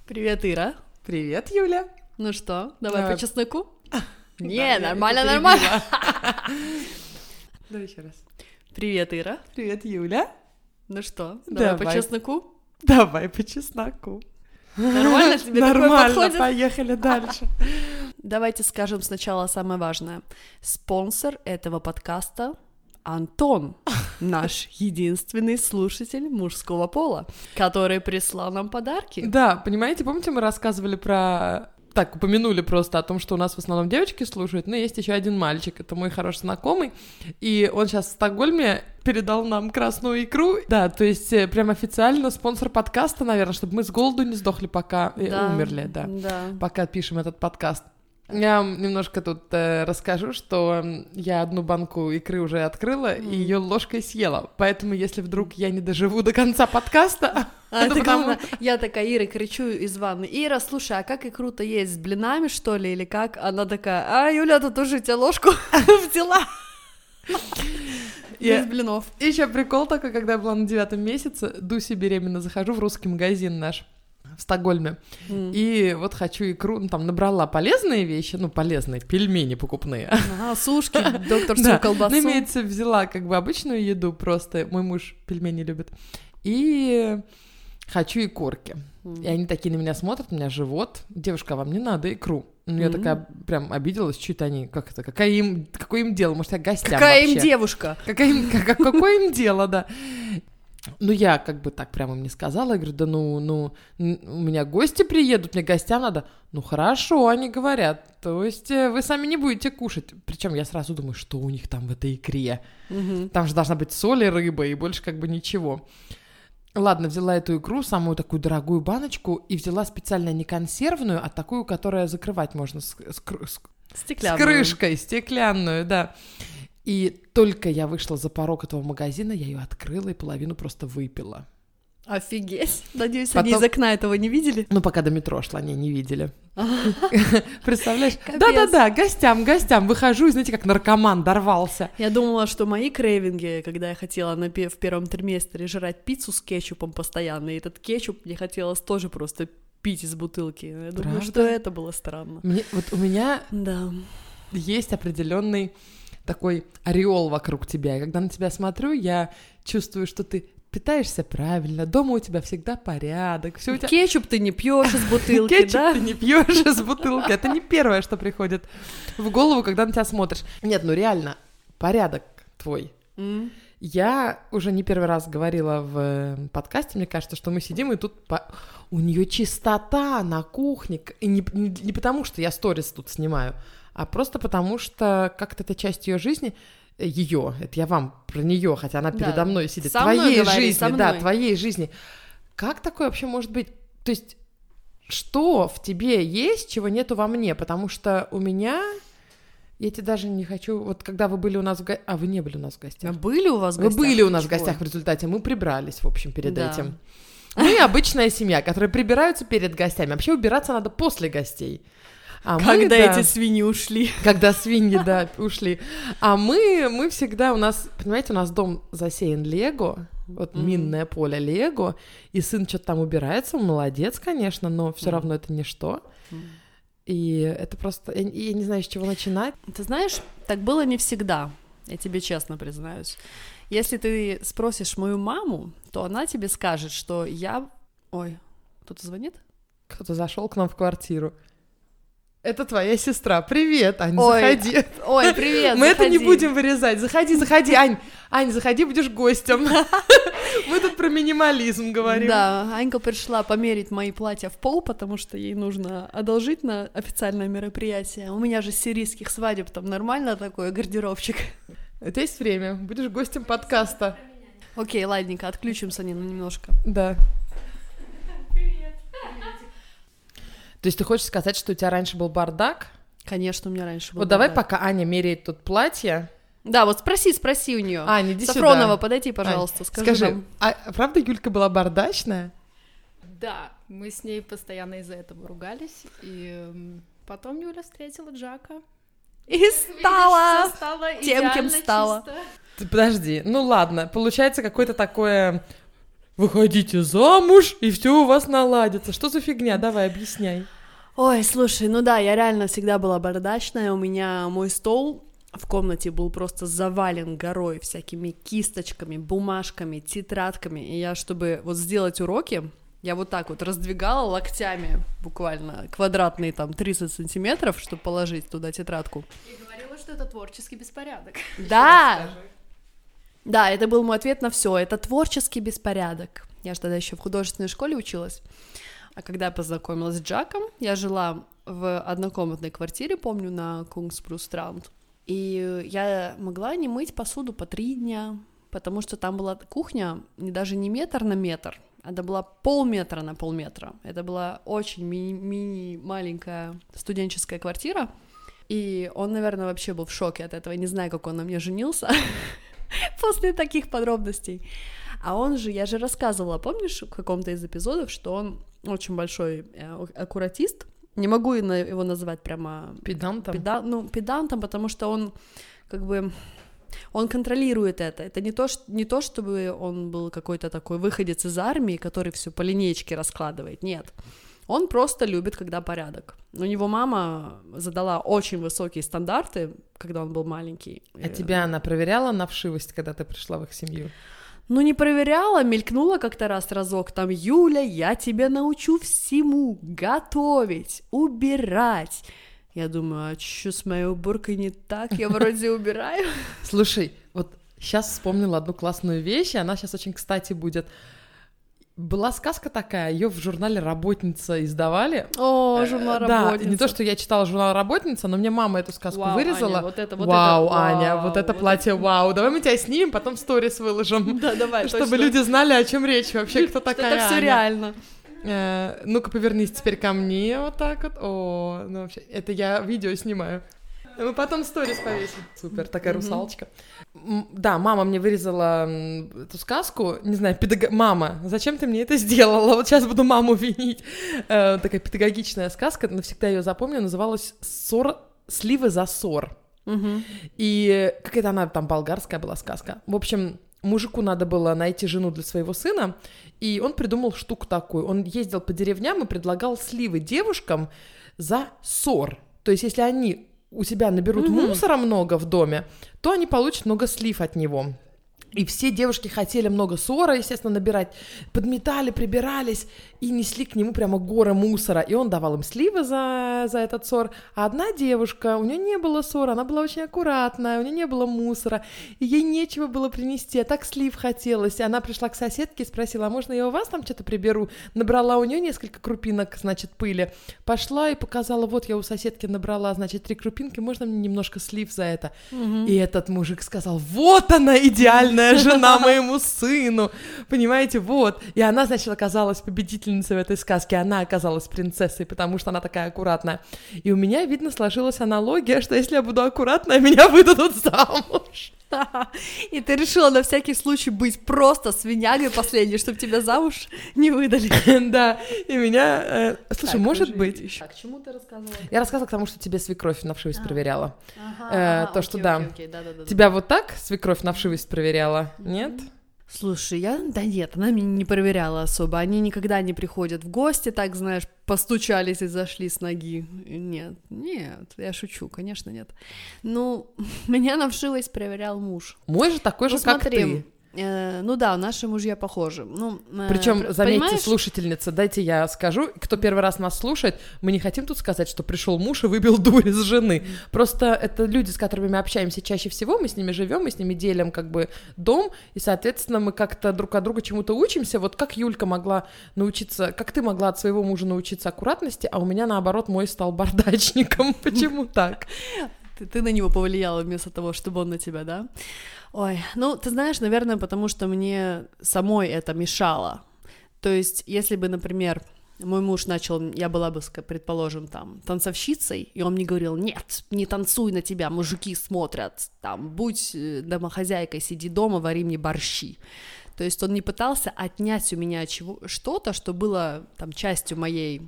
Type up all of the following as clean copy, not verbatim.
Привет, Ира. Привет, Юля. Ну что, давай по чесноку? Не, нормально, нормально. Давай еще раз. Привет, Ира. Привет, Юля. Ну что, давай по чесноку? Давай по чесноку. Нормально тебе такое Нормально, подходит? поехали дальше. Давайте скажем сначала самое важное. Спонсор этого подкаста Антон, наш единственный слушатель мужского пола, который прислал нам подарки. Да, понимаете, помните, мы рассказывали про... Так, упомянули просто о том, что у нас в основном девочки слушают, но есть еще один мальчик, это мой хороший знакомый, и он сейчас в Стокгольме передал нам красную икру. Да, то есть прям официально спонсор подкаста, наверное, чтобы мы с голоду не сдохли, пока умерли, да, пока пишем этот подкаст. Я немножко тут расскажу, что я одну банку икры уже открыла и ее ложкой съела, поэтому если вдруг я не доживу до конца подкаста... Я такая Ира кричу из ванны: Ира, слушай, а как икру-то есть, с блинами, что ли, или как? Она такая: Юля, тут уже тебя ложку взяла. Без блинов. И еще прикол такой, когда я была на 9 месяце, Дуси беременна, захожу в русский магазин наш в Стокгольме, и вот хочу икру, там набрала полезные вещи, полезные, пельмени покупные. Ага, сушки, докторскую колбасу. Имеется, взяла как бы обычную еду, просто мой муж пельмени любит, и хочу икорки. И они такие на меня смотрят, у меня живот. Девушка, а вам не надо икру. Я такая прям обиделась, чуть они, как это, какое им дело, может, я гостям какая вообще. Им девушка? Какое им дело, да. Ну, я как бы так прямо им не сказала, я говорю, да у меня гости приедут, мне гостям надо. Ну, хорошо, они говорят, то есть вы сами не будете кушать. Причем я сразу думаю, что у них там в этой икре. Там же должна быть соль и рыба, и больше как бы ничего. Ладно, взяла эту икру, самую такую дорогую баночку, и взяла специально не консервную, а такую, которую закрывать можно с крышкой, стеклянную, да. И только я вышла за порог этого магазина, я ее открыла и половину просто выпила. Офигеть. Надеюсь, они из окна этого не видели? Ну, пока до метро шла, они не видели. Представляешь? Да-да-да, гостям. Выхожу, и знаете, как наркоман дорвался. Я думала, что мои крейвинги, когда я хотела в первом триместре жрать пиццу с кетчупом постоянно, и этот кетчуп мне хотелось тоже просто пить из бутылки. Я думаю, что это было странно. Вот у меня есть определенный такой ореол вокруг тебя. И когда на тебя смотрю, я чувствую, что ты питаешься правильно, дома у тебя всегда порядок. Всё у тебя... Кетчуп ты не пьешь из бутылки, да? Кетчуп ты не пьешь из бутылки. Это не первое, что приходит в голову, когда на тебя смотришь. Нет, реально, порядок твой. Я уже не первый раз говорила в подкасте, мне кажется, что мы сидим, и тут у нее чистота на кухне. И не потому, что я сторис тут снимаю, а просто потому, что как-то это часть ее жизни, это я вам про нее, хотя она передо мной сидит, твоей жизни. Как такое вообще может быть? То есть, что в тебе есть, чего нету во мне? Потому что у меня... Я тебе даже не хочу... Вот когда вы были у нас в гостях... А, вы не были у нас в гостях. Были у вас в гостях? Вы были у нас в гостях в результате. Мы прибрались, в общем, перед этим. Мы обычная семья, которая прибираются перед гостями. Вообще убираться надо после гостей. Когда эти свиньи ушли. Когда свиньи, ушли. А мы всегда... У нас, понимаете, у нас дом засеян лего. Вот минное поле лего. И сын что-то там убирается. Он молодец, конечно, но все равно это ничто. И это просто... Я не знаю, с чего начинать. Ты знаешь, так было не всегда. Я тебе честно признаюсь. Если ты спросишь мою маму, то она тебе скажет, что я... Ой, кто-то звонит? Кто-то зашел к нам в квартиру. Это твоя сестра. Привет, Ань, заходи. Ой, привет, Мы это не будем вырезать. Заходи, Ань, заходи, будешь гостем. Мы тут про минимализм говорим. Да, Анька пришла померить мои платья в пол, потому что ей нужно одолжить на официальное мероприятие. У меня же с сирийских свадеб там нормально такой гардеробчик. Это есть время, будешь гостем подкаста. Окей, ладненько, отключимся немножко. Да. То есть ты хочешь сказать, что у тебя раньше был бардак? Конечно, у меня раньше был Вот бардак. давай, пока Аня меряет тут платье. Да, вот спроси у нее. Аня, иди Сафронова, сюда. подойди, пожалуйста, Ань, скажи нам. А правда Юлька была бардачная? Да, мы с ней постоянно из-за этого ругались, и потом Юля встретила Джака. И стала тем, идеально кем стала. чисто. Подожди, ладно, получается какое-то такое выходите замуж, и все у вас наладится. Что за фигня? Давай, объясняй. Ой, слушай, ну да, я реально всегда была бардачная, у меня мой стол в комнате был просто завален горой всякими кисточками, бумажками, тетрадками, и я, чтобы вот сделать уроки, я вот так вот раздвигала локтями буквально квадратные там 30 сантиметров, чтобы положить туда тетрадку. И говорила, что это творческий беспорядок. Да! Да, это был мой ответ на все. Это творческий беспорядок. Я же тогда еще в художественной школе училась. А когда я познакомилась с Джаком, я жила в однокомнатной квартире, помню, на Кунгсбру-Странд. И я могла не мыть посуду по 3 дня, потому что там была кухня даже не метр на метр, это была полметра на полметра. Это была очень мини-маленькая студенческая квартира. И он, наверное, вообще был в шоке от этого. Я не знаю, как он на мне женился после таких подробностей. А он же, я же рассказывала, помнишь, в каком-то из эпизодов, что он очень большой аккуратист. Не могу его назвать прямо... Педантом? Педантом, потому что он как бы... Он контролирует это. Это не то, чтобы он был какой-то такой выходец из армии, который все по линеечке раскладывает. Нет. Он просто любит, когда порядок. У него мама задала очень высокие стандарты, когда он был маленький. А тебя она проверяла на вшивость, когда ты пришла в их семью? Ну, не проверяла, мелькнула как-то разок, там, Юля, я тебя научу всему, готовить, убирать. Я думаю, а что с моей уборкой не так? Я вроде убираю. Слушай, вот сейчас вспомнила одну классную вещь, и она сейчас очень кстати будет. Была сказка такая, ее в журнале «Работница» издавали. О, журнал «Работница». Да, не то, что я читала журнал «Работница», но мне мама эту сказку вырезала. Аня, вот это, Аня, вот это платье, вау. Давай мы тебя снимем, потом в сторис выложим. Да, давай, чтобы люди знали, о чем речь вообще, кто такая Это все реально. Ну-ка, повернись теперь ко мне, вот так вот. О, ну вообще, это я видео снимаю. Мы потом сторис повесим. Супер, такая русалочка. Да, мама мне вырезала эту сказку. Не знаю, мама, зачем ты мне это сделала? Вот сейчас буду маму винить. Такая педагогичная сказка, навсегда ее запомню, называлась «Сливы за ссор». И какая-то она там болгарская была сказка. В общем, мужику надо было найти жену для своего сына, и он придумал штуку такую. Он ездил по деревням и предлагал сливы девушкам за ссор. То есть, если они у себя наберут мусора много в доме, то они получат много слив от него. И все девушки хотели много ссора, естественно, набирать, подметали, прибирались и несли к нему прямо горы мусора. И он давал им сливы за этот ссор. А одна девушка, у нее не было ссора, она была очень аккуратная, у нее не было мусора, и ей нечего было принести, а так слив хотелось. И она пришла к соседке и спросила, а можно я у вас там что-то приберу? Набрала у нее несколько крупинок, значит, пыли. Пошла и показала, вот я у соседки набрала, значит, 3 крупинки, можно мне немножко слив за это? И этот мужик сказал, вот она, идеальная жена моему сыну, понимаете, вот. И она, значит, оказалась победительницей в этой сказке, она оказалась принцессой, потому что она такая аккуратная. И у меня, видно, сложилась аналогия, что если я буду аккуратная, меня выдадут замуж. И ты решила на всякий случай быть просто свинягой последней, чтобы тебя замуж не выдали. Да, и меня... Слушай, может быть... А к чему ты рассказывала? Я рассказывала к тому, что тебе свекровь на вшивость проверяла. То, что да. Тебя вот так свекровь на вшивость проверяла? Нет? Слушай, да нет, она меня не проверяла особо. Они никогда не приходят в гости, так, знаешь, постучались и зашли с ноги. Нет, я шучу, конечно, нет. Ну, меня на вшивость проверял муж. Мой же такой же, как ты. Ну да, наши мужья похожи. Причем, заметьте, понимаешь? слушательница, дайте я скажу, кто первый раз нас слушает, мы не хотим тут сказать, что пришел муж и выбил дурь из жены. Просто это люди, с которыми мы общаемся чаще всего, мы с ними живем, мы с ними делим как бы дом, и, соответственно, мы как-то друг от друга чему-то учимся. Вот как Юлька могла научиться, как ты могла от своего мужа научиться аккуратности, а у меня, наоборот, мой стал бардачником. Почему так? Ты на него повлияла вместо того, чтобы он на тебя, да? Ой, ну, ты знаешь, наверное, потому что мне самой это мешало. То есть, если бы, например, мой муж начал, я была бы, предположим, там, танцовщицей, и он мне говорил, нет, не танцуй на тебя, мужики смотрят, там, будь домохозяйкой, сиди дома, вари мне борщи. То есть он не пытался отнять у меня что-то, что было там частью моей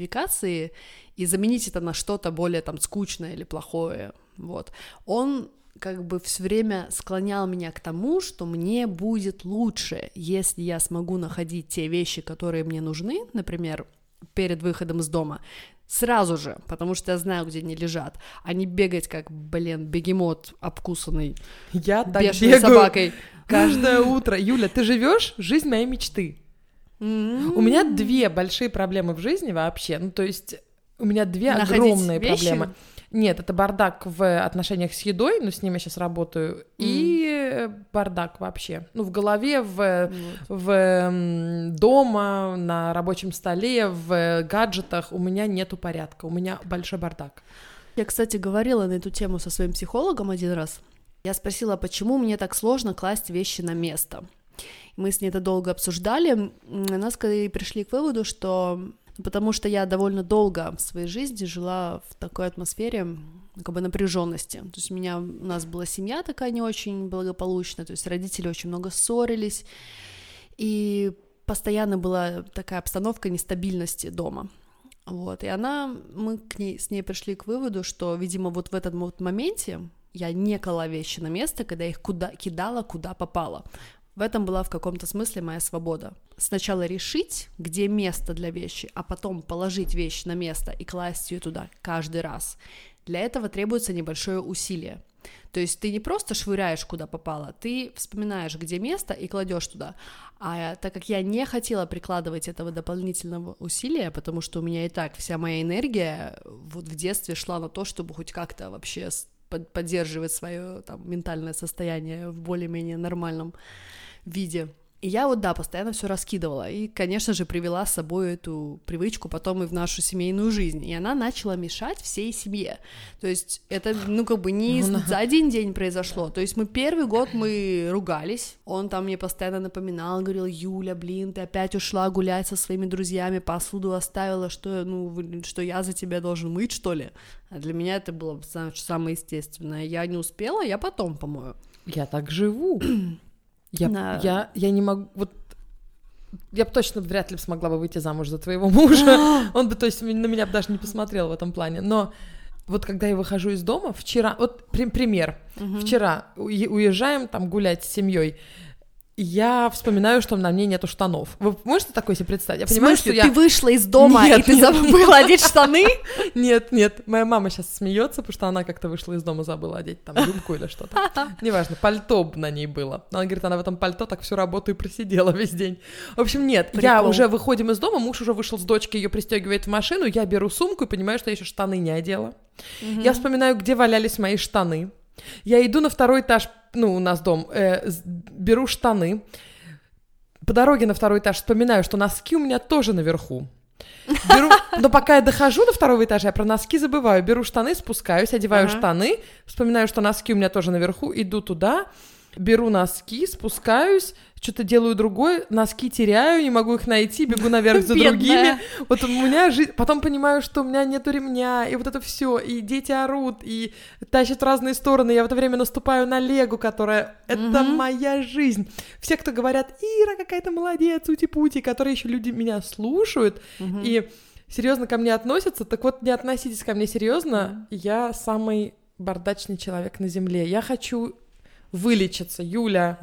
самоидентификации, и заменить это на что-то более там скучное или плохое, вот. Он как бы все время склонял меня к тому, что мне будет лучше, если я смогу находить те вещи, которые мне нужны, например, перед выходом из дома, сразу же, потому что я знаю, где они лежат, а не бегать как, бегемот обкусанный Я так бешеной бегаю собакой. каждое утро. Юля, ты живешь жизнь моей мечты. У меня 2 большие проблемы в жизни вообще. Ну, то есть у меня 2 Находить огромные вещи? проблемы. Нет, это бардак в отношениях с едой, но с ним я сейчас работаю, и бардак вообще. Ну, в голове, в дома, на рабочем столе, в гаджетах у меня нету порядка, у меня большой бардак. Я, кстати, говорила на эту тему со своим психологом один раз. Я спросила, почему мне так сложно класть вещи на место. Мы с ней это долго обсуждали. Она пришли к выводу, что потому что я довольно долго в своей жизни жила в такой атмосфере как бы напряженности. То есть у нас была семья такая не очень благополучная, то есть родители очень много ссорились, и постоянно была такая обстановка нестабильности дома. Вот, и мы с ней пришли к выводу, что, видимо, вот в этом вот моменте я не клала вещи на место, когда их кидала, куда попало. В этом была в каком-то смысле моя свобода. Сначала решить, где место для вещи, а потом положить вещь на место и класть ее туда каждый раз. Для этого требуется небольшое усилие. То есть ты не просто швыряешь, куда попало, ты вспоминаешь, где место, и кладешь туда. А так как я не хотела прикладывать этого дополнительного усилия, потому что у меня и так вся моя энергия вот в детстве шла на то, чтобы хоть как-то вообще поддерживать свое там ментальное состояние в более-менее нормальном виде. И я постоянно все раскидывала, и, конечно же, привела с собой эту привычку потом и в нашу семейную жизнь, и она начала мешать всей семье. То есть это, не за один день произошло, то есть первый год мы ругались, он там мне постоянно напоминал, говорил: Юля, ты опять ушла гулять со своими друзьями, посуду оставила, что я за тебя должен мыть, что ли? А для меня это было самое естественное. Я не успела, я потом помою. Я так живу. Я не могу... Я бы точно вряд ли смогла бы выйти замуж за твоего мужа. Он бы, то есть, на меня бы даже не посмотрел в этом плане. Но вот когда я выхожу из дома, вчера... Вот пример. Вчера уезжаем там гулять с семьей. Я вспоминаю, что на мне нету штанов. Вы можете такое себе представить? Я понимаю, что ты вышла из дома, и ты забыла одеть штаны? Нет, моя мама сейчас смеется, потому что она как-то вышла из дома, забыла одеть там юбку или что-то. Неважно, пальто на ней было. Она говорит, она в этом пальто так всю работу и просидела весь день. В общем, нет, я уже выходим из дома, муж уже вышел с дочкой, ее пристегивает в машину, я беру сумку и понимаю, что я еще штаны не одела. Я вспоминаю, где валялись мои штаны. Я иду на 2-й этаж, у нас дом, беру штаны. По дороге на 2-й этаж вспоминаю, что носки у меня тоже наверху. Но пока я дохожу до 2-го этажа, я про носки забываю. Беру штаны, спускаюсь, одеваю штаны, вспоминаю, что носки у меня тоже наверху, иду туда, беру носки, спускаюсь, что-то делаю другое, носки теряю, не могу их найти, бегу наверх за другими. Вот у меня жизнь... Потом понимаю, что у меня нету ремня, и вот это все, и дети орут, и тащат в разные стороны. Я в это время наступаю на Легу, которая... Это моя жизнь. Все, кто говорят, Ира, какая ты молодец, ути-пути, которые еще люди меня слушают, и серьезно ко мне относятся, так вот не относитесь ко мне серьезно, я самый бардачный человек на земле. Я хочу вылечиться, Юля.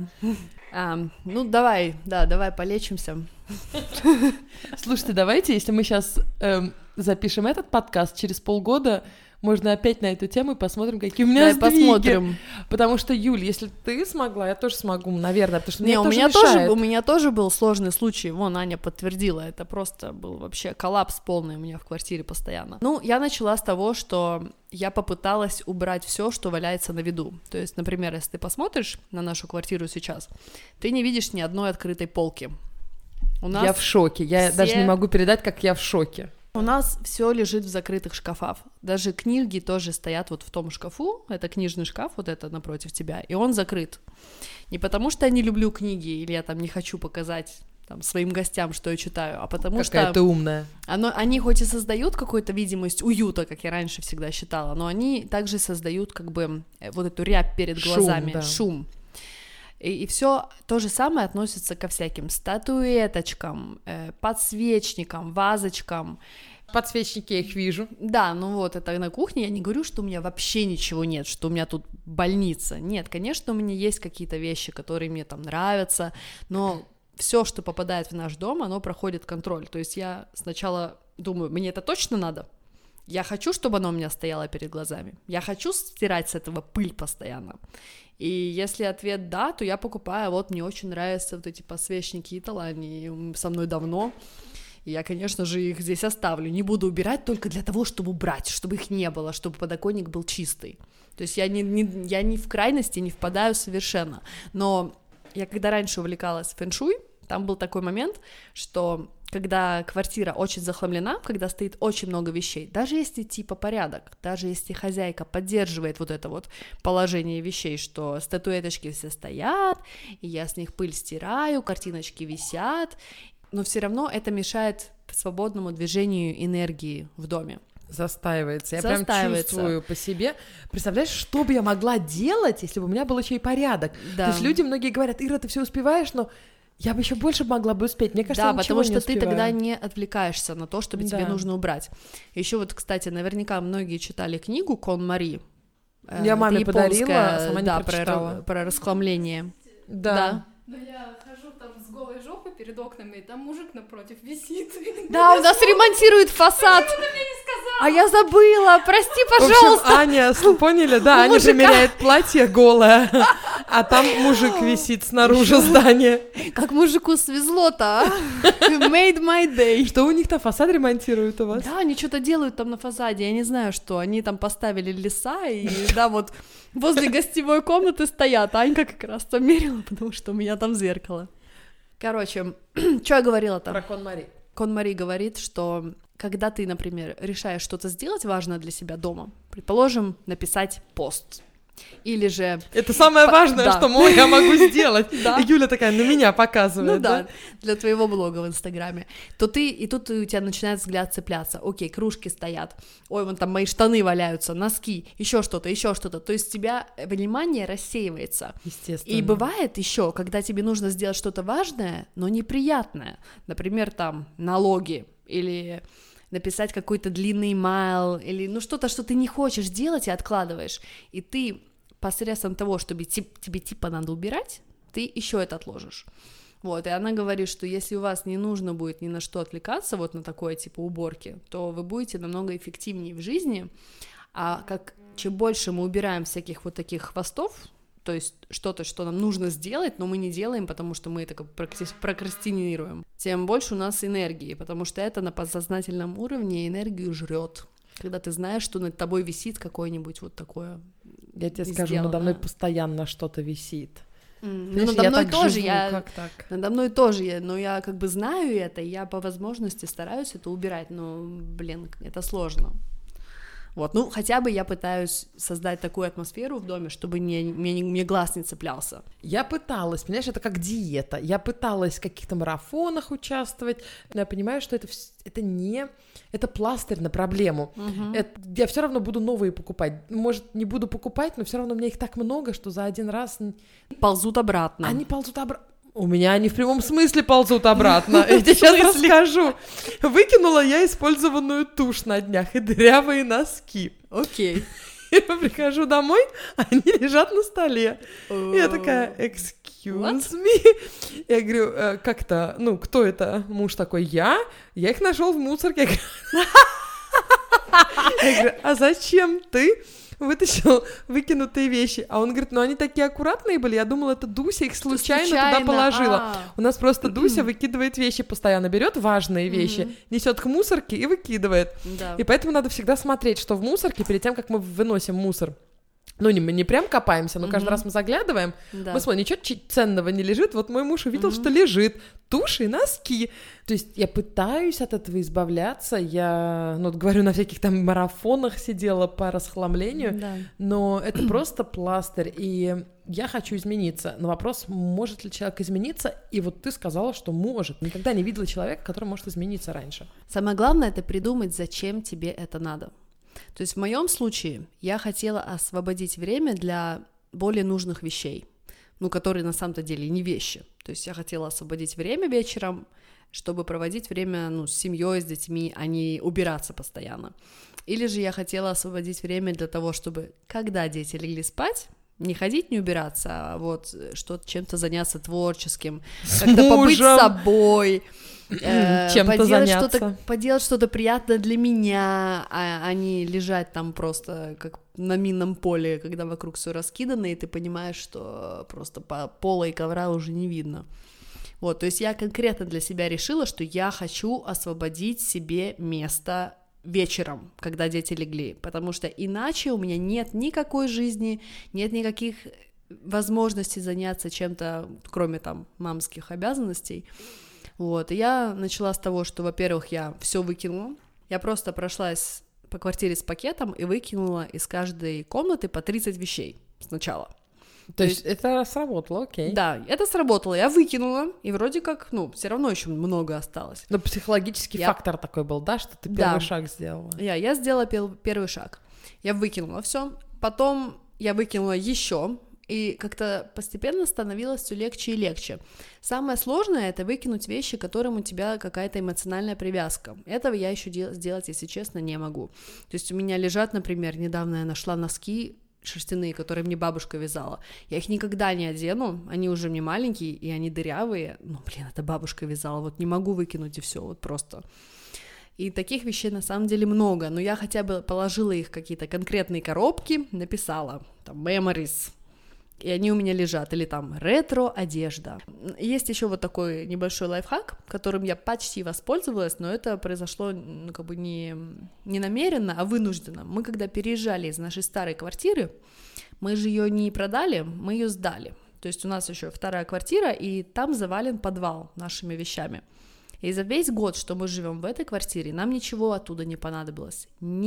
Давай полечимся. Слушайте, давайте, если мы сейчас запишем этот подкаст, через полгода можно опять на эту тему и посмотрим, какие у меня сдвиги. Посмотрим. Потому что, Юль, если ты смогла, я тоже смогу, наверное, потому что мне тоже мешает. У меня тоже был сложный случай, Аня подтвердила, это просто был вообще коллапс полный у меня в квартире постоянно. Я начала с того, что я попыталась убрать все, что валяется на виду. То есть, например, если ты посмотришь на нашу квартиру сейчас, ты не видишь ни одной открытой полки. Я в шоке, я даже не могу передать, как я в шоке. У нас все лежит в закрытых шкафах. Даже книги тоже стоят в том шкафу. Это книжный шкаф, это напротив тебя, и он закрыт. Не потому что я не люблю книги, или я не хочу показать своим гостям, что я читаю, а потому Какая что... ты умная. Они хоть и создают какую-то видимость уюта, как я раньше всегда считала, но они также создают вот эту рябь перед глазами, шум. И все то же самое относится ко всяким статуэточкам, подсвечникам, вазочкам. подсвечники, я их вижу. Да, ну вот, это на кухне, я не говорю, что у меня вообще ничего нет, что у меня тут больница. Нет, конечно, у меня есть какие-то вещи, которые мне там нравятся, но все, что попадает в наш дом, оно проходит контроль. То есть я сначала думаю, мне это точно надо? Я хочу, чтобы оно у меня стояло перед глазами. Я хочу стирать с этого пыль постоянно. И если ответ да, то я покупаю. Вот мне очень нравятся вот эти подсвечники Итало, они со мной давно. И я, конечно же, их здесь оставлю. Не буду убирать только для того, чтобы убрать, чтобы их не было, чтобы подоконник был чистый. То есть я не в крайности не впадаю совершенно. Но я когда раньше увлекалась фэн-шуй, там был такой момент, что когда квартира очень захламлена, когда стоит очень много вещей, даже если типа порядок, даже если хозяйка поддерживает вот это вот положение вещей, что статуэточки все стоят, и я с них пыль стираю, картиночки висят, но все равно это мешает свободному движению энергии в доме. Застаивается. Я прям чувствую по себе. Представляешь, что бы я могла делать, если бы у меня был еще и порядок? Да. То есть люди многие говорят: Ира, ты все успеваешь, но я бы еще больше могла бы успеть. Мне кажется, да, я ничего потому что не ты успеваю. тогда не отвлекаешься на то, чтобы тебе Да. нужно убрать. Еще вот, кстати, наверняка многие читали книгу «Кон Мари». Я маме Это подарила, японская, сама не да, прочитала. про расхламление. Да. Но я хожу там с голой жопой перед окнами, и там мужик напротив висит. Да, у нас ремонтируют фасад. А я забыла, прости, пожалуйста. В общем, Аня, поняли, да, У Аня мужика. примеряет платье голое, а там мужик висит снаружи здания. Как мужику свезло-то, а? Made my day. Что у них-то фасад ремонтируют у вас? Да, они что-то делают там на фасаде, я не знаю что. Они там поставили леса, и да, вот возле гостевой комнаты стоят. Анька как раз там мерила, потому что у меня там зеркало. Короче, что я говорила там? Про Кон Мари. Кон Мари говорит, что когда ты, например, решаешь что-то сделать важное для себя дома, предположим, написать пост, или же... Это самое важное, да. что я могу сделать. Да. И Юля такая на меня показывает, Ну да, для твоего блога в Инстаграме, то тут у тебя начинает взгляд цепляться. Окей, кружки стоят, ой, вон там мои штаны валяются, носки, еще что-то. То есть у тебя внимание рассеивается. Естественно. И бывает еще, когда тебе нужно сделать что-то важное, но неприятное. Например, там налоги или написать какой-то длинный имейл, или ну что-то, что ты не хочешь делать и откладываешь. И ты посредством того, чтобы тебе типа надо убирать, ты еще это отложишь. Вот, и она говорит, что если у вас не нужно будет ни на что отвлекаться, вот на такое типа уборки, то вы будете намного эффективнее в жизни, а чем больше мы убираем всяких вот таких хвостов, то есть что-то, что нам нужно сделать, но мы не делаем, потому что мы это как прокрастинируем, тем больше у нас энергии, потому что это на подсознательном уровне энергию жрет. Когда ты знаешь, что над тобой висит какое-нибудь вот такое. Я тебе скажу, надо мной постоянно что-то висит. Ну, надо мной тоже, как так? Надо мной тоже, но я как бы знаю это, и я по возможности стараюсь это убирать, но, блин, это сложно. Вот, ну, хотя бы я пытаюсь создать такую атмосферу в доме, чтобы мне глаз не цеплялся. Я пыталась, понимаешь, это как диета. Я пыталась в каких-то марафонах участвовать, но я понимаю, что это пластырь на проблему. Я все равно буду новые покупать. Может, не буду покупать, но все равно у меня их так много, что за один раз... Ползут обратно. Они ползут обратно. У меня они в прямом смысле ползут обратно. Я тебе сейчас расскажу. Выкинула я использованную тушь на днях и дырявые носки. Окей. Я прихожу домой, они лежат на столе. Я такая, excuse me. Я говорю, как-то, кто это? Муж такой, я их нашел в мусорке. Я говорю, а зачем ты вытащил выкинутые вещи? А он говорит, они такие аккуратные были, я думала, это Дуся их случайно туда положила. У нас просто Дуся выкидывает вещи постоянно, берет важные вещи, несет к мусорке и выкидывает. Да. И поэтому надо всегда смотреть, что в мусорке перед тем, как мы выносим мусор. Мы не прям копаемся, но каждый раз мы заглядывааем, мы смотрим, ничего ценного не лежит. Вот мой муж увидел, что лежит тушь и носки. То есть я пытаюсь от этого избавляться. Я, говорю, на всяких там марафонах сидела по расхламлению, но это просто пластырь, и я хочу измениться. Но вопрос, может ли человек измениться? И вот ты сказала, что может. Никогда не видела человека, который может измениться раньше. Самое главное — это придумать, зачем тебе это надо. То есть в моем случае я хотела освободить время для более нужных вещей, которые на самом-то деле не вещи. То есть я хотела освободить время вечером чтобы проводить время, ну, с семьей, с детьми, а не убираться постоянно. Или же я хотела освободить время для того, чтобы, когда дети легли спать, не ходить, не убираться, а вот что-то чем-то заняться творческим, как-то побыть с собой, поделать что-то приятное для меня, а не лежать там просто как на минном поле, когда вокруг все раскидано, и ты понимаешь, что просто пола и ковра уже не видно. Вот, то есть я конкретно для себя решила, что я хочу освободить себе место вечером, когда дети легли, потому что иначе у меня нет никакой жизни, нет никаких возможностей заняться чем-то, кроме там мамских обязанностей. Вот, и я начала с того, что, во-первых, я все выкинула, я просто прошлась по квартире с пакетом и выкинула из каждой комнаты по 30 вещей сначала. То есть это сработало, окей. Да, это сработало, я выкинула, и вроде как, ну, все равно еще много осталось. Но психологический фактор такой был, да, что ты первый шаг сделала? Я сделала первый шаг. Я выкинула все, потом я выкинула еще, и как-то постепенно становилось все легче и легче. Самое сложное — это выкинуть вещи, к которым у тебя какая-то эмоциональная привязка. Этого я еще сделать, если честно, не могу. То есть у меня лежат, например, недавно я нашла носки шерстяные, которые мне бабушка вязала. Я их никогда не одену, они уже мне маленькие, и они дырявые. Ну, блин, это бабушка вязала, вот не могу выкинуть, и все, вот просто. И таких вещей на самом деле много, но я хотя бы положила их в какие-то конкретные коробки, написала там memories, и они у меня лежат, или там ретро-одежда. Есть еще вот такой небольшой лайфхак, которым я почти воспользовалась, но это произошло, ну, как бы не намеренно, а вынужденно. Мы когда переезжали из нашей старой квартиры, мы же ее не продали, мы ее сдали. То есть у нас еще вторая квартира, и там завален подвал нашими вещами. И за весь год, что мы живем в этой квартире, нам ничего оттуда не понадобилось.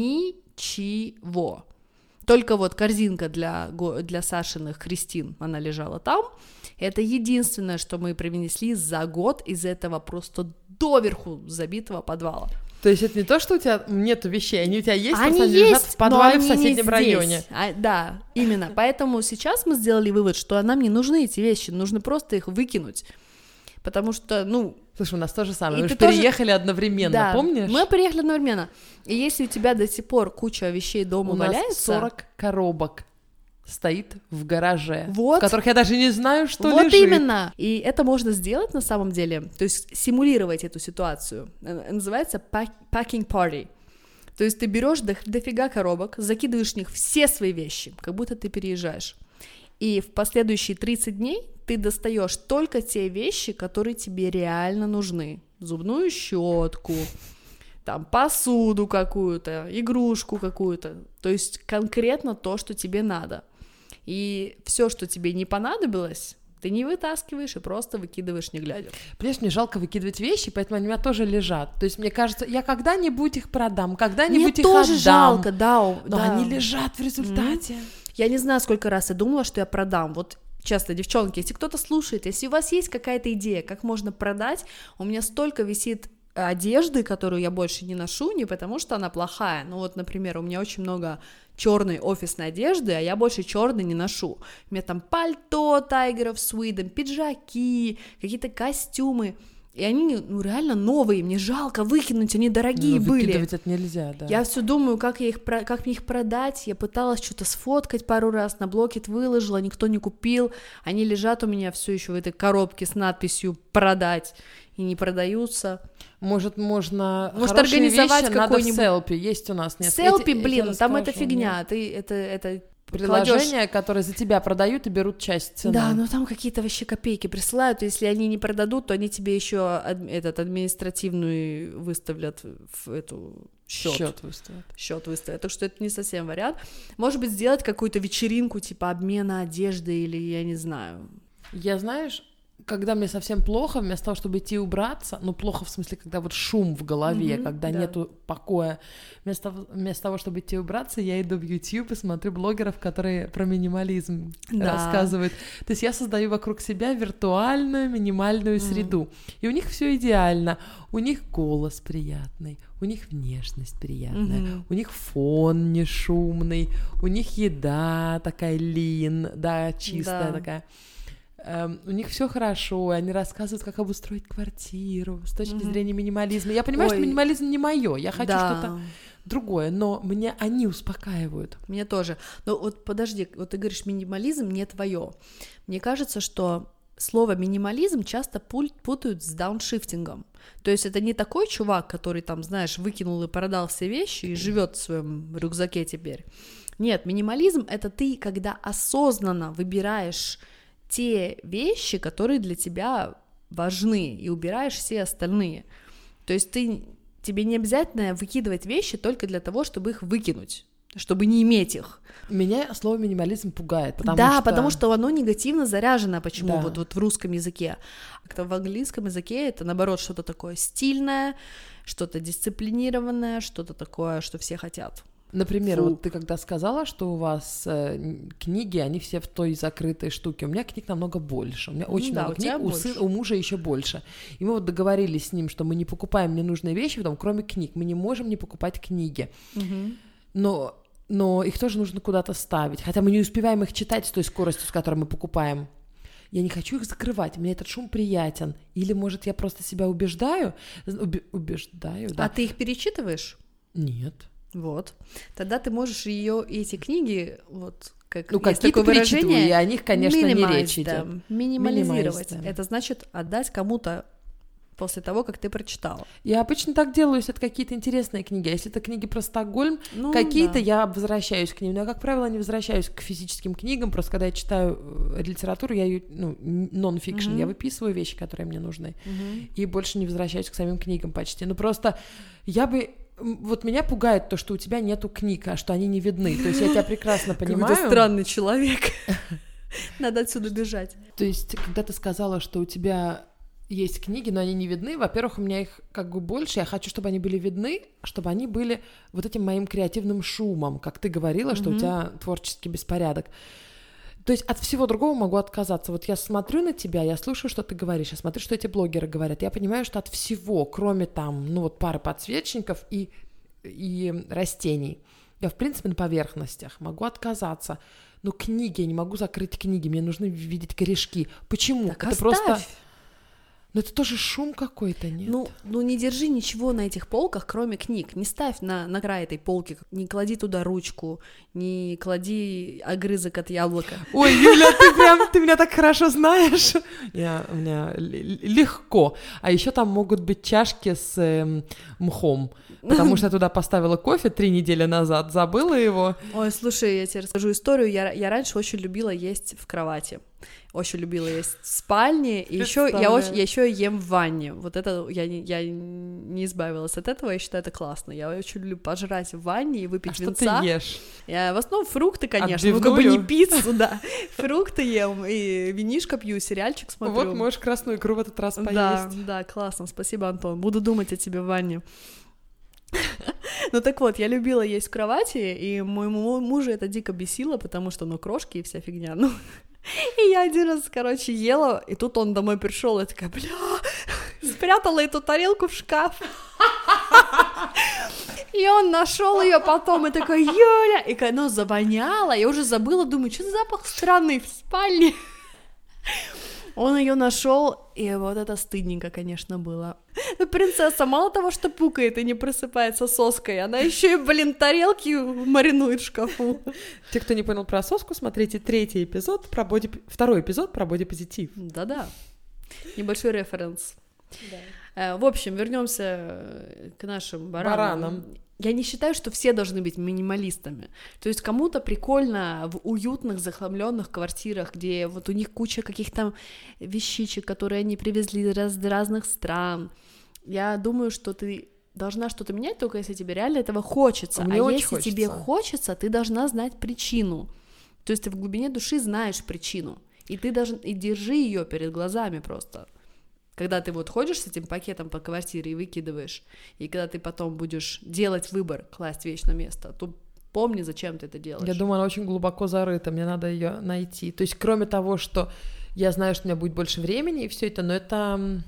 Ничего. Только вот корзинка для Сашиных Кристин, она лежала там. Это единственное, что мы привнесли за год из этого просто доверху забитого подвала. То есть это не то, что у тебя нету вещей, они у тебя есть, просто они лежат в подвале в соседнем районе. Да, именно. Поэтому сейчас мы сделали вывод, что нам не нужны эти вещи, нужно просто их выкинуть. Потому что, ну... Слушай, у нас то же самое, мы же переехали одновременно, да, помнишь? Мы переехали одновременно. И если у тебя до сих пор куча вещей дома валяется... У нас 40 коробок стоит в гараже, в которых я даже не знаю, что лежит. Вот именно! И это можно сделать на самом деле, то есть симулировать эту ситуацию. Называется packing party. То есть ты берешь дофига коробок, закидываешь в них все свои вещи, как будто ты переезжаешь. И в последующие 30 дней ты достаешь только те вещи, которые тебе реально нужны. Зубную щетку, там, посуду какую-то, игрушку какую-то. То есть конкретно то, что тебе надо. И все, что тебе не понадобилось, ты не вытаскиваешь и просто выкидываешь, не глядя. Понимаешь, мне жалко выкидывать вещи, поэтому они у меня тоже лежат. То есть мне кажется, я когда-нибудь их продам, когда-нибудь мне их тоже отдам. Жалко, да. Но они лежат в результате. Я не знаю, сколько раз я думала, что я продам. Вот часто, девчонки, если кто-то слушает, если у вас есть какая-то идея, как можно продать, у меня столько висит одежды, которую я больше не ношу, не потому что она плохая. Ну вот, например, у меня очень много черной офисной одежды, а я больше черной не ношу. У меня там пальто Tiger of Sweden, пиджаки, какие-то костюмы. И они, ну, реально новые, мне жалко выкинуть, они дорогие были. Выкидывать это нельзя, да. Я все думаю, как мне их продать, я пыталась что-то сфоткать пару раз, на Блокет выложила, никто не купил, они лежат у меня все еще в этой коробке с надписью «продать» и не продаются. Может, можно организовать вещи, какой-нибудь... надо в селфи, есть у нас нет. Селфи, блин, там это фигня, ты это... Приложения, которые за тебя продают и берут часть цены. Да, но там какие-то вообще копейки присылают, если они не продадут, то они тебе еще административную выставлят в эту счет выставят. Так что это не совсем вариант. Может быть, сделать какую-то вечеринку типа обмена одежды или я не знаю. Я, знаешь, когда мне совсем плохо, вместо того, чтобы идти убраться, ну, плохо в смысле, когда вот шум в голове, когда нету покоя, вместо того, чтобы идти убраться, я иду в YouTube и смотрю блогеров, которые про минимализм рассказывают. То есть я создаю вокруг себя виртуальную минимальную среду, и у них все идеально. У них голос приятный, у них внешность приятная, у них фон не шумный, у них еда такая лин, да, чистая такая. у них все хорошо, и они рассказывают, как обустроить квартиру с точки зрения минимализма. Я понимаю, что минимализм не мое, я хочу что-то другое, но меня они успокаивают. Мне тоже. Но вот подожди, вот ты говоришь, минимализм не твое. Мне кажется, что слово минимализм часто путают с дауншифтингом. То есть это не такой чувак, который там, знаешь, выкинул и продал все вещи и живет в своем рюкзаке теперь. Нет, минимализм — это ты, когда осознанно выбираешь те вещи, которые для тебя важны, и убираешь все остальные. То есть тебе не обязательно выкидывать вещи только для того, чтобы их выкинуть, чтобы не иметь их. Меня слово минимализм пугает, потому что оно негативно заряжено. Почему? Вот в русском языке. А в английском языке это, наоборот, что-то такое стильное, что-то дисциплинированное, что-то такое, что все хотят. Например, вот ты когда сказала, что у вас книги, они все в той закрытой штуке, у меня книг намного больше, у меня очень много книг, у мужа еще больше. И мы вот договорились с ним, что мы не покупаем ненужные вещи, потом, кроме книг, мы не можем не покупать книги. Но их тоже нужно куда-то ставить, хотя мы не успеваем их читать с той скоростью, с которой мы покупаем. Я не хочу их закрывать, мне этот шум приятен. Или, может, я просто себя убеждаю? Убеждаю, да. А ты их перечитываешь? Нет. Вот. Тогда ты можешь эти книги, вот как есть какие-то такое выражение, и о них, конечно, не речь идет. Минимализировать. Это значит отдать кому-то после того, как ты прочитала. Я обычно так делаю, если это какие-то интересные книги. А если это книги про Стокгольм, какие-то я возвращаюсь к ним. Но я, как правило, не возвращаюсь к физическим книгам. Просто когда я читаю литературу, я ее, нон-фикшн, я выписываю вещи, которые мне нужны. И больше не возвращаюсь к самим книгам почти. Просто вот меня пугает то, что у тебя нету книг, а что они не видны. То есть я тебя прекрасно понимаю. Какой-то странный человек. Надо отсюда бежать. То есть, когда ты сказала, что у тебя есть книги, но они не видны, во-первых, у меня их как бы больше, я хочу, чтобы они были видны, чтобы они были вот этим моим креативным шумом, как ты говорила, что у тебя творческий беспорядок. То есть от всего другого могу отказаться. Вот я смотрю на тебя, я слушаю, что ты говоришь, я смотрю, что эти блогеры говорят, я понимаю, что от всего, кроме там, пары подсвечников и растений, я, в принципе, на поверхностях могу отказаться. Но книги, я не могу закрыть книги, мне нужно видеть корешки. Почему? Так это оставь. Просто... Но это тоже шум какой-то, нет? Ну не держи ничего на этих полках, кроме книг. Не ставь на край этой полки, не клади туда ручку, не клади огрызок от яблока. Ой, Юля, ты меня так хорошо знаешь. У меня легко. А еще там могут быть чашки с мхом, потому что я туда поставила кофе 3 недели назад, забыла его. Ой, слушай, я тебе расскажу историю. Я раньше очень любила есть в кровати. Очень любила есть в спальне, и еще я ем в ванне. Вот это я не избавилась от этого, я считаю, это классно. Я очень люблю пожрать в ванне и выпить винца. Что ты ешь? Я в основном фрукты, конечно, Отбивную? как бы не пиццу, да. Фрукты ем, и винишко пью, сериальчик смотрю. Вот можешь красную икру в этот раз поесть. Да, классно, спасибо, Антон. Буду думать о тебе в ванне. Ну так вот, я любила есть в кровати, и моему мужу это дико бесило, потому что, крошки и вся фигня, И я один раз, ела, и тут он домой пришел, и такая, спрятала эту тарелку в шкаф. И он нашел ее потом, и такой, Юля, и оно завоняло, я уже забыла, думаю, что за запах странный в спальне. Он ее нашел, и вот это стыдненько, конечно, было. Принцесса мало того, что пукает и не просыпается соской, она еще и, тарелки маринует в шкафу. Те, кто не понял про соску, смотрите 2-й эпизод про бодипозитив. Да-да, небольшой референс. Да. В общем, вернемся к нашим баранам. Я не считаю, что все должны быть минималистами. То есть кому-то прикольно в уютных, захламленных квартирах, где вот у них куча каких-то вещичек, которые они привезли из разных стран. Я думаю, что ты должна что-то менять, только если тебе реально этого хочется. Если тебе хочется, ты должна знать причину. То есть ты в глубине души знаешь причину. И ты и держи ее перед глазами просто. Когда ты вот ходишь с этим пакетом по квартире и выкидываешь, и когда ты потом будешь делать выбор, класть вещь на место, то помни, зачем ты это делаешь. Я думаю, она очень глубоко зарыта, мне надо ее найти. То есть, кроме того, что я знаю, что у меня будет больше времени и все это, но это...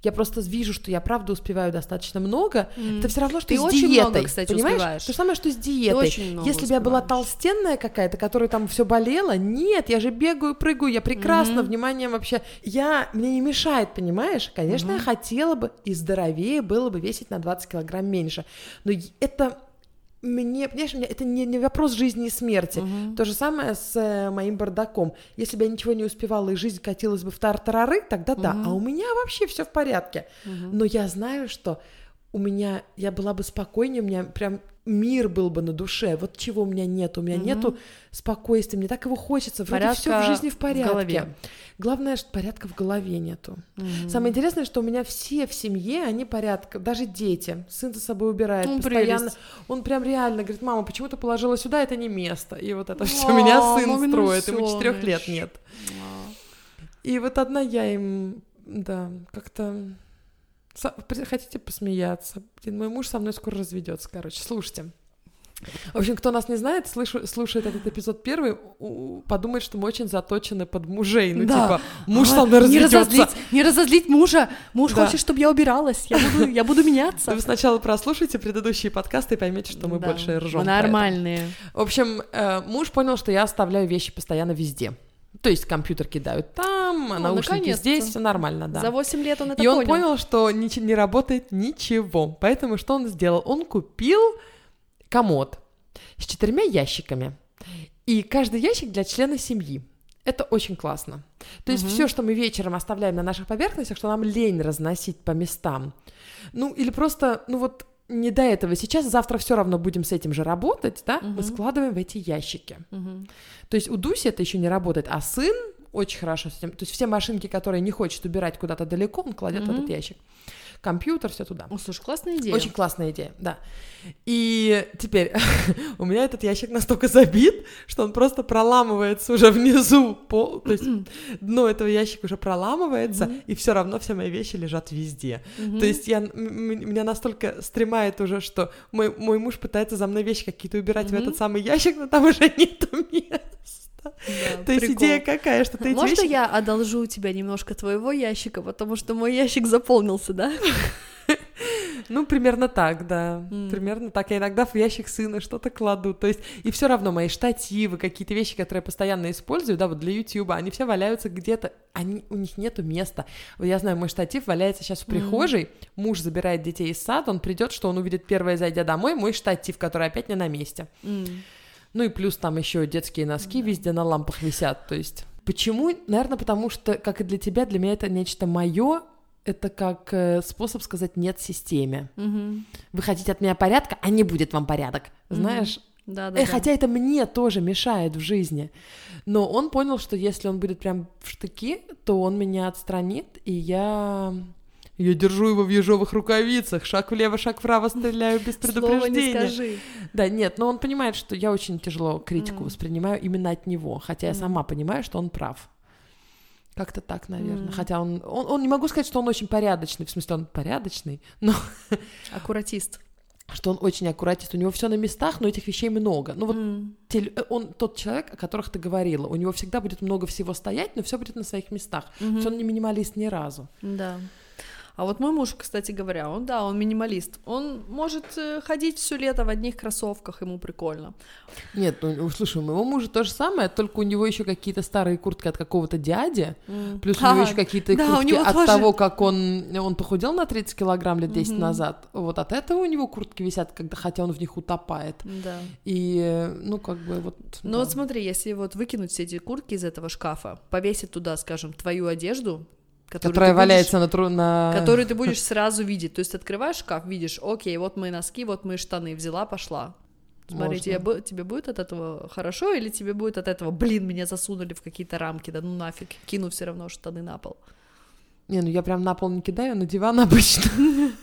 я просто вижу, что я правда успеваю достаточно много, это все равно, что Ты с очень диетой, много, кстати, понимаешь? успеваешь. То же самое, что с диетой. очень много Если бы я была успеваешь. толстенная какая-то, которая там все болела, нет, я же бегаю, прыгаю, я прекрасно, внимание вообще, мне не мешает, понимаешь? Конечно, я хотела бы и здоровее было бы весить на 20 килограмм меньше, но это... понимаешь, это не вопрос жизни и смерти. То же самое с моим бардаком. Если бы я ничего не успевала и жизнь катилась бы в тартарары, тогда да. А у меня вообще все в порядке. Но я знаю, что я была бы спокойнее, у меня прям мир был бы на душе. Вот чего у меня нет. У меня нету спокойствия. Мне так его хочется. Вроде все в жизни в порядке. В голове. Главное, что порядка в голове нету. Самое интересное, что у меня все в семье, они порядка. Даже дети. Сын за собой убирает постоянно. Прелесть. Он прям реально говорит: мама, почему ты положила сюда, это не место. И вот это все меня сын строит. Ему 4 лет нет. И вот одна я им, как-то... Хотите посмеяться? Мой муж со мной скоро разведется, короче. Слушайте. В общем, кто нас не знает, слушает этот эпизод первый, подумает, что мы очень заточены под мужей. Ну, типа, муж со мной разведется. Не разозлить мужа. Муж хочет, чтобы я убиралась. Я буду меняться. Вы сначала прослушайте предыдущие подкасты и поймете, что мы больше ржем. Мы нормальные. В общем, муж понял, что я оставляю вещи постоянно везде. То есть компьютер кидают там, наушники здесь, все нормально, да. За 8 лет он это понял. понял. И он понял, что не работает ничего. Поэтому что он сделал? Он купил комод с 4 ящиками. И каждый ящик для члена семьи. Это очень классно. То есть все, что мы вечером оставляем на наших поверхностях, что нам лень разносить по местам. Или просто, не до этого. Сейчас, завтра все равно будем с этим же работать, да? Мы складываем в эти ящики. То есть у Дуси это еще не работает, а сын очень хорошо с этим. То есть все машинки, которые не хочет убирать куда-то далеко, он кладет в этот ящик. Компьютер, все туда. Слушай, классная идея. Очень классная идея, да. И теперь у меня этот ящик настолько забит, что он просто проламывается уже внизу. То есть дно этого ящика уже проламывается, и все равно все мои вещи лежат везде. То есть меня настолько стремает уже, что мой муж пытается за мной вещи какие-то убирать в этот самый ящик, но там уже нету места. То есть идея какая, что ты эти Можно вещи... я одолжу у тебя немножко твоего ящика, потому что мой ящик заполнился, да? Примерно так, да. Примерно так. Я иногда в ящик сына что-то кладу. То есть, и все равно мои штативы, какие-то вещи, которые я постоянно использую, да, вот для Ютуба, они все валяются где-то, у них нету места. Вот я знаю, мой штатив валяется сейчас в прихожей, муж забирает детей из сада, он придет, что он увидит первое, зайдя домой, мой штатив, который опять не на месте. И плюс там еще детские носки везде на лампах висят. То есть, почему? Наверное, потому что, как и для тебя, для меня это нечто мое. Это как способ сказать «нет» системе. Вы хотите от меня порядка, а не будет вам порядок. Знаешь? Да. Хотя это мне тоже мешает в жизни. Но он понял, что если он будет прям в штыки, то он меня отстранит, и я держу его в ежовых рукавицах, шаг влево, шаг вправо, стреляю без предупреждения. Слово не скажи. Да, нет, но он понимает, что я очень тяжело критику воспринимаю именно от него, хотя я сама понимаю, что он прав. Как-то так, наверное. Хотя он не могу сказать, что он очень порядочный, в смысле, он порядочный, но... Аккуратист. Что он очень аккуратист, у него все на местах, но этих вещей много. Он тот человек, о которых ты говорила, у него всегда будет много всего стоять, но все будет на своих местах. То есть он не минималист ни разу. Да. А вот мой муж, кстати говоря, он минималист. Он может ходить все лето в одних кроссовках, ему прикольно. Нет, слушай, у моего мужа то же самое, только у него еще какие-то старые куртки от какого-то дяди, плюс у него еще какие-то куртки от того, как он похудел на 30 килограмм лет 10 назад. Вот от этого у него куртки висят, хотя он в них утопает. Да. И, вот... Ну вот смотри, если вот выкинуть все эти куртки из этого шкафа, повесить туда, скажем, твою одежду, которая валяется на... Которую ты будешь сразу видеть. То есть открываешь шкаф, видишь, окей, вот мои носки, вот мои штаны, взяла, пошла. Смотри, тебе будет от этого хорошо, или тебе будет от этого, меня засунули в какие-то рамки, да ну нафиг, кину все равно штаны на пол. Не, я прям на пол не кидаю, на диван обычно.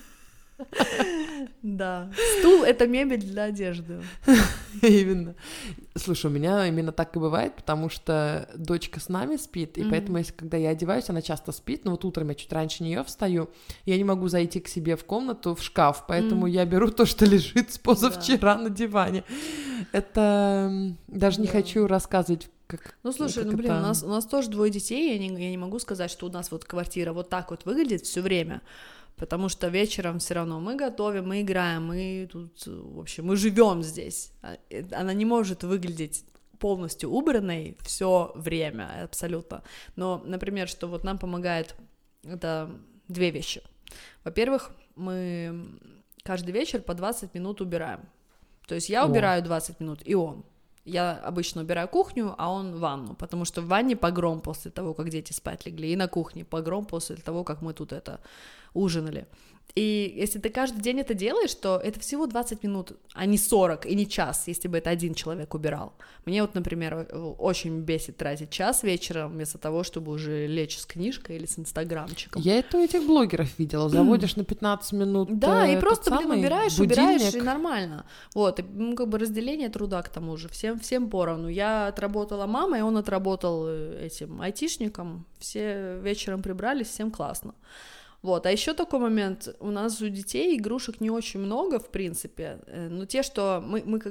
Да. Стул — это мебель для одежды. Именно. Слушай, у меня именно так и бывает, потому что дочка с нами спит, и поэтому, когда я одеваюсь, она часто спит, но вот утром я чуть раньше нее встаю, я не могу зайти к себе в комнату, в шкаф, поэтому я беру то, что лежит с позавчера на диване. Это... Даже не хочу рассказывать Ну, слушай, как блин, это? у нас тоже 2 детей, я не могу сказать, что у нас вот квартира вот так вот выглядит все время, потому что вечером все равно мы готовим, мы играем, мы тут, в общем, мы живем здесь. Она не может выглядеть полностью убранной все время, абсолютно. Но, например, что вот нам помогает, это 2 вещи. Во-первых, мы каждый вечер по 20 минут убираем. То есть я убираю 20 минут, и он. Я обычно убираю кухню, а он ванну, потому что в ванне погром после того, как дети спать легли, и на кухне погром после того, как мы тут ужинали. И если ты каждый день это делаешь, то это всего 20 минут, а не 40 и не час, если бы это один человек убирал. Мне вот, например, очень бесит тратить час вечером вместо того, чтобы уже лечь с книжкой или с инстаграмчиком. Я это у этих блогеров видела, заводишь на 15 минут. Да, и просто, убираешь, будильник. и нормально. Вот, и, как бы разделение труда к тому же, всем поровну. Я отработала мамой, он отработал этим айтишником, все вечером прибрались, всем классно. Вот, а еще такой момент, у нас у детей игрушек не очень много, в принципе, но те, что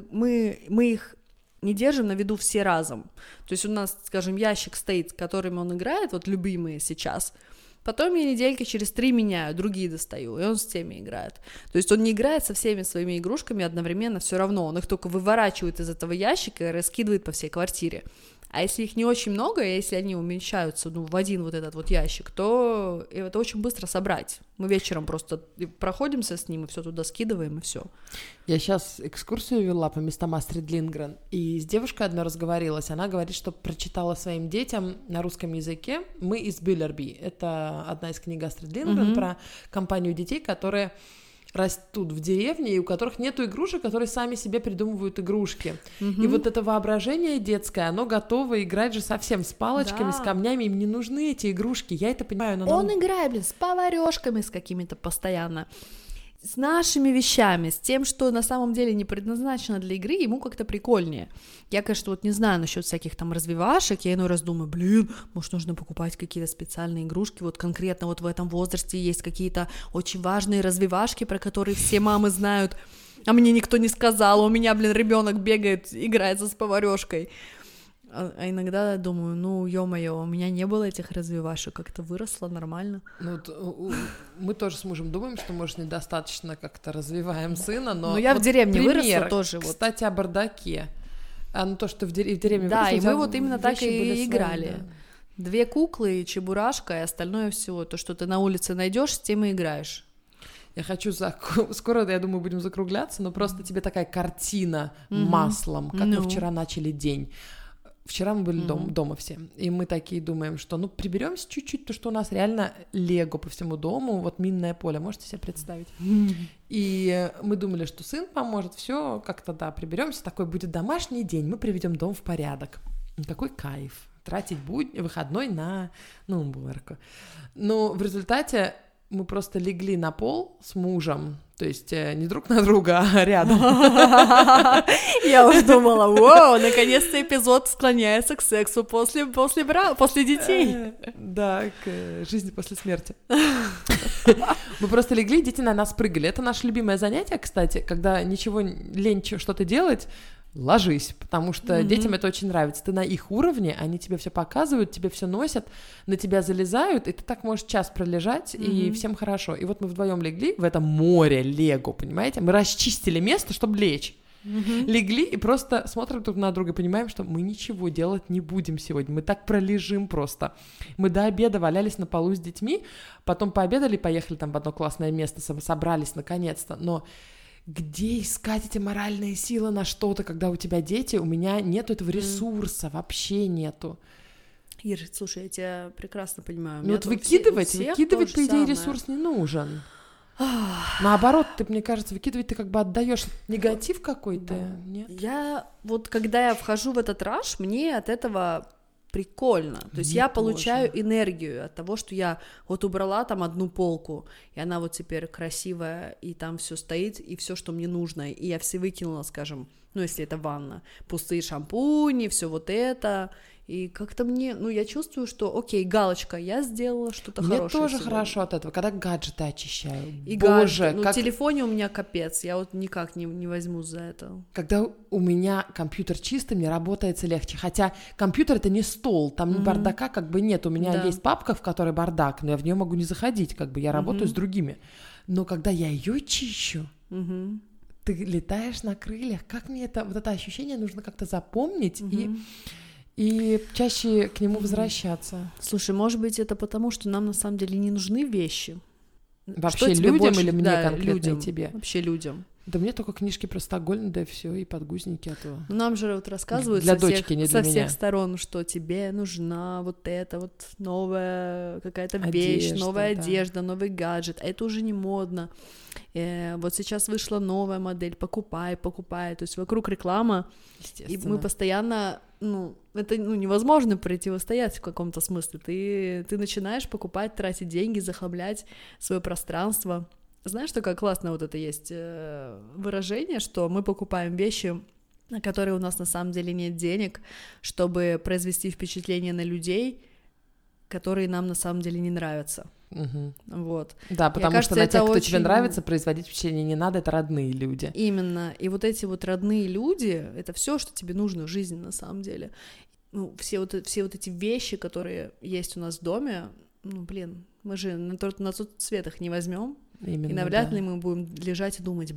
мы их не держим на виду все разом, то есть у нас, скажем, ящик стоит, которыми он играет, вот любимые сейчас, потом я недельки через 3 меняю, другие достаю, и он с теми играет, то есть он не играет со всеми своими игрушками одновременно, все равно, он их только выворачивает из этого ящика и раскидывает по всей квартире. А если их не очень много, и если они уменьшаются в один вот этот вот ящик, то это очень быстро собрать. Мы вечером просто проходимся с ним, и все туда скидываем, и все. Я сейчас экскурсию вела по местам Астрид Линдгрен, и с девушкой одной разговорилась. Она говорит, что прочитала своим детям на русском языке «Мы из Бюллерби». Это одна из книг Астрид Линдгрен про компанию детей, которые растут в деревне, и у которых нету игрушек, которые сами себе придумывают игрушки. И вот это воображение детское, оно готово играть же совсем с палочками, с камнями, им не нужны эти игрушки, я это понимаю. Но он играет, с поварёшками, с какими-то постоянно, с нашими вещами, с тем, что на самом деле не предназначено для игры, ему как-то прикольнее. Я, конечно, вот не знаю насчет всяких там развивашек, я иной раз думаю, может, нужно покупать какие-то специальные игрушки, вот конкретно вот в этом возрасте есть какие-то очень важные развивашки, про которые все мамы знают, а мне никто не сказал, у меня, ребенок бегает, играется с поварёшкой. А иногда думаю, ё-моё, у меня не было этих развивашек, как-то выросло нормально. Мы тоже с мужем думаем, что, может, недостаточно как-то развиваем сына, но я вот в деревне пример, выросла тоже. Кстати, о бардаке. То, что в деревне да, выросла, и мы вот именно так и играли. Свои, да. 2 куклы, чебурашка и остальное все. То, что ты на улице найдешь, с тем и играешь. Я хочу скоро, я думаю, будем закругляться, но просто тебе такая картина маслом, как мы вчера начали день. Вчера мы были дома все, и мы такие думаем, что приберемся чуть-чуть, то что у нас реально лего по всему дому, вот минное поле, можете себе представить? И мы думали, что сын поможет, все как-то, приберемся, такой будет домашний день, мы приведем дом в порядок. Какой кайф тратить выходной на уборку. Но в результате мы просто легли на пол с мужем, то есть не друг на друга, а рядом. Я уже думала, наконец-то эпизод склоняется к сексу после детей. Да, к жизни после смерти. Мы просто легли, дети на нас прыгали. Это наше любимое занятие, кстати, когда ничего лень что-то делать, ложись, потому что детям это очень нравится. Ты на их уровне, они тебе все показывают, тебе все носят, на тебя залезают, и ты так можешь час пролежать, и всем хорошо. И вот мы вдвоем легли в это море лего, понимаете? Мы расчистили место, чтобы лечь. Легли и просто смотрим друг на друга, понимаем, что мы ничего делать не будем сегодня, мы так пролежим просто. Мы до обеда валялись на полу с детьми, потом пообедали, поехали там в одно классное место, собрались наконец-то, но где искать эти моральные силы на что-то, когда у тебя дети? У меня нету этого ресурса, вообще нету. Ир, слушай, я тебя прекрасно понимаю. Вот выкидывать, по идее, ресурс не нужен. Наоборот, мне кажется, выкидывать ты как бы отдаешь негатив какой-то. Да. Нет? Когда я вхожу в этот раш, мне от этого прикольно. То есть я получаю энергию от того, что я вот убрала там одну полку, и она вот теперь красивая, и там все стоит, и все, что мне нужно, и я все выкинула, скажем, если это ванна, пустые шампуни, все вот это, И как-то мне, я чувствую, что, окей, галочка, я сделала что-то Мне хорошее тоже сегодня. хорошо от этого, когда гаджеты очищаю. И Боже, гаджеты, как... в телефоне у меня капец, я вот никак не возьмусь за это. Когда у меня компьютер чистый, мне работается легче. Хотя компьютер — это не стол, там бардака как бы нет. У меня есть папка, в которой бардак, но я в нее могу не заходить, как бы я работаю с другими. Но когда я ее чищу, ты летаешь на крыльях. Как мне вот это ощущение нужно как-то запомнить и чаще к нему возвращаться. Слушай, может быть, это потому, что нам на самом деле не нужны вещи? Вообще Что людям больше... или мне конкретно людям. и тебе? Вообще людям. Да мне только книжки про Стокгольм, да и все, и подгузники этого. Нам же вот рассказывают для со, дочки, не для всех меня. сторон, что тебе нужна вот эта вот новая какая-то вещь, новая одежда, новый гаджет, а это уже не модно. Вот сейчас вышла новая модель, покупай. То есть вокруг реклама, и мы постоянно, это невозможно противостоять в каком-то смысле. Ты начинаешь покупать, тратить деньги, захламлять свое пространство. Знаешь, такое классное вот это есть выражение, что мы покупаем вещи, на которые у нас на самом деле нет денег, чтобы произвести впечатление на людей, которые нам на самом деле не нравятся. Вот. Да, потому что на тех, кто тебе нравится, производить впечатление не надо, это родные люди. Именно. И вот эти вот родные люди, это все, что тебе нужно в жизни на самом деле. Все вот эти вещи, которые есть у нас в доме, мы же на тот свет их не возьмем. Именно, и навряд ли мы будем лежать и думать,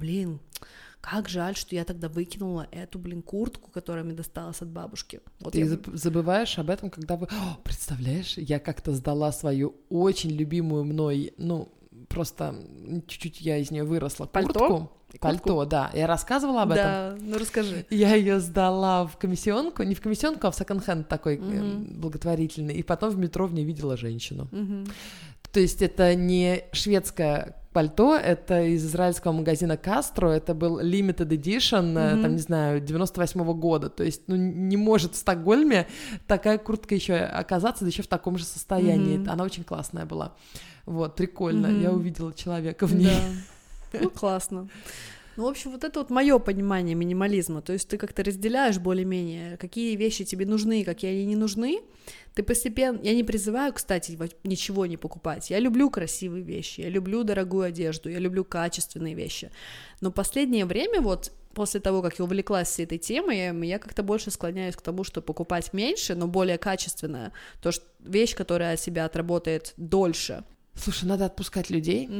как жаль, что я тогда выкинула эту, куртку, которая мне досталась от бабушки. Вот ты забываешь об этом, когда представляешь, я как-то сдала свою очень любимую мной, просто чуть-чуть я из нее выросла, куртку. Пальто, да. Я рассказывала об этом? Да, расскажи. Я ее сдала в комиссионку, не в комиссионку, а в секонд-хенд такой благотворительный, и потом в метро в ней видела женщину. То есть это не шведское пальто, это из израильского магазина Castro, это был limited edition, там, не знаю, 98-го года, то есть, не может в Стокгольме такая куртка еще оказаться, да еще в таком же состоянии, она очень классная была, вот, прикольно, я увидела человека в ней. Да. Классно. В общем, вот это вот мое понимание минимализма, то есть ты как-то разделяешь более-менее, какие вещи тебе нужны, какие они не нужны, ты постепенно, я не призываю, кстати, ничего не покупать, я люблю красивые вещи, я люблю дорогую одежду, я люблю качественные вещи, но последнее время вот после того, как я увлеклась всей этой темой, я как-то больше склоняюсь к тому, что покупать меньше, но более качественное, то что вещь, которая себя отработает дольше. Слушай, надо отпускать людей,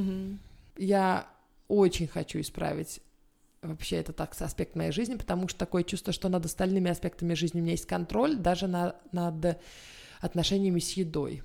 я очень хочу исправить вообще этот аспект моей жизни, потому что такое чувство, что над остальными аспектами жизни у меня есть контроль, даже над отношениями с едой.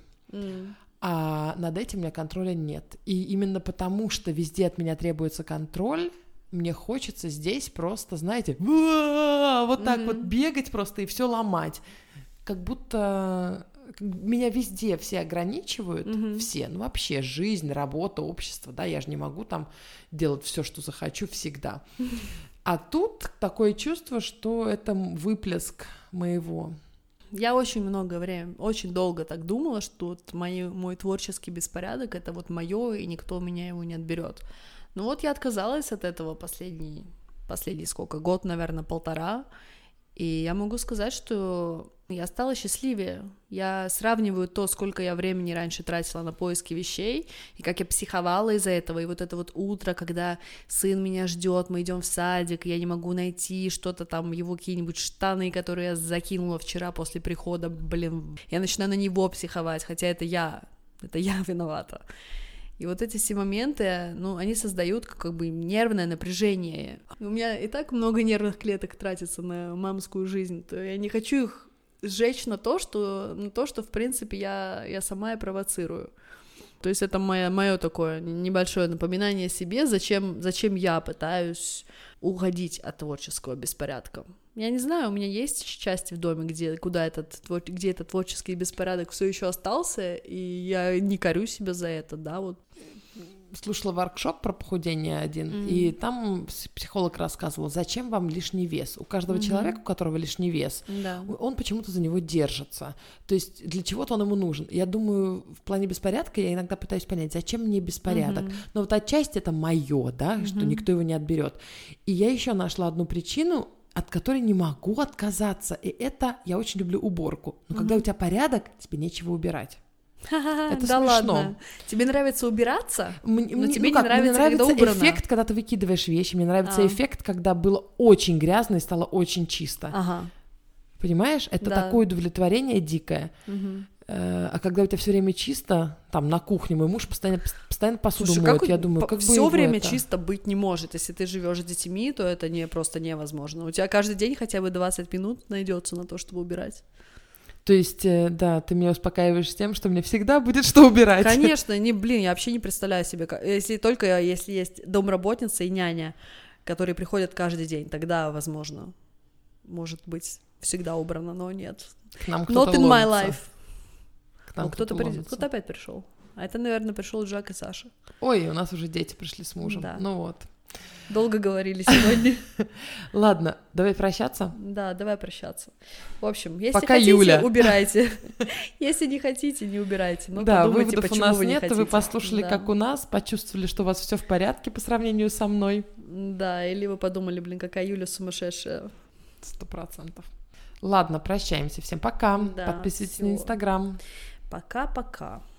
А над этим у меня контроля нет. И именно потому, что везде от меня требуется контроль, мне хочется здесь просто, знаете, вот так вот бегать просто и все ломать. Как будто меня везде все ограничивают, все, вообще жизнь, работа, общество, да, я же не могу там делать все, что захочу всегда. А тут такое чувство, что это выплеск моего. Я очень много времени, очень долго так думала, что вот мой творческий беспорядок — это вот мое, и никто у меня его не отберет. Но вот я отказалась от этого последний сколько, год, наверное, 1,5, и я могу сказать, что я стала счастливее. Я сравниваю то, сколько я времени раньше тратила на поиски вещей, и как я психовала из-за этого, и вот это вот утро, когда сын меня ждет, мы идем в садик, я не могу найти что-то там, его какие-нибудь штаны, которые я закинула вчера после прихода, я начинаю на него психовать, хотя это я виновата. И вот эти все моменты, они создают как бы нервное напряжение. У меня и так много нервных клеток тратится на мамскую жизнь, то я не хочу их сжечь на то, что в принципе я сама и провоцирую. То есть это мое такое небольшое напоминание себе, зачем я пытаюсь уходить от творческого беспорядка. Я не знаю, у меня есть части в доме, где этот творческий беспорядок все еще остался, и я не корю себя за это, да, вот. Слушала воркшоп про похудение один, и там психолог рассказывал, зачем вам лишний вес. У каждого человека, у которого лишний вес, он почему-то за него держится. То есть для чего-то он ему нужен. Я думаю, в плане беспорядка я иногда пытаюсь понять, зачем мне беспорядок. Но вот отчасти это мое, да, что никто его не отберет. И я еще нашла одну причину, от которой не могу отказаться. И это я очень люблю уборку. Но когда у тебя порядок, тебе нечего убирать. Это да смешно. ладно. Тебе нравится убираться? Но тебе мне не нравится, когда нравится убрано. эффект, когда ты выкидываешь вещи. Мне нравится эффект, когда было очень грязно и стало очень чисто. Ага. Понимаешь? Это Да. такое удовлетворение дикое. Мгм. А когда у тебя все время чисто, там на кухне мой муж постоянно посуду Слушай, моет, как я думаю, как бы все его время это... чисто быть не может. Если ты живешь с детьми, то это просто невозможно. У тебя каждый день хотя бы 20 минут найдется на то, чтобы убирать. То есть, да, ты меня успокаиваешь тем, что мне всегда будет что убирать. Конечно, я вообще не представляю себе, если есть домработница и няня, которые приходят каждый день, тогда, возможно, может быть, всегда убрано, но нет. К нам Not кто-то in my ломится. life. К нам Кто-то ломится. кто-то опять пришел. А это, наверное, пришел Джак и Саша. Ой, у нас уже дети пришли с мужем. Да. Ну вот. Долго говорили сегодня. Ладно, давай прощаться. Да, давай прощаться. В общем, если Пока, хотите, Юля. убирайте. Если не хотите, не убирайте. Но Да, подумайте, выводов у почему нас вы не нет, хотите. вы послушали, Да. как у нас, почувствовали, что у вас все в порядке по сравнению со мной. Да, или вы подумали, какая Юля сумасшедшая. 100%. Ладно, прощаемся. Всем пока. Да, Подписывайтесь всё. на Инстаграм. Пока-пока.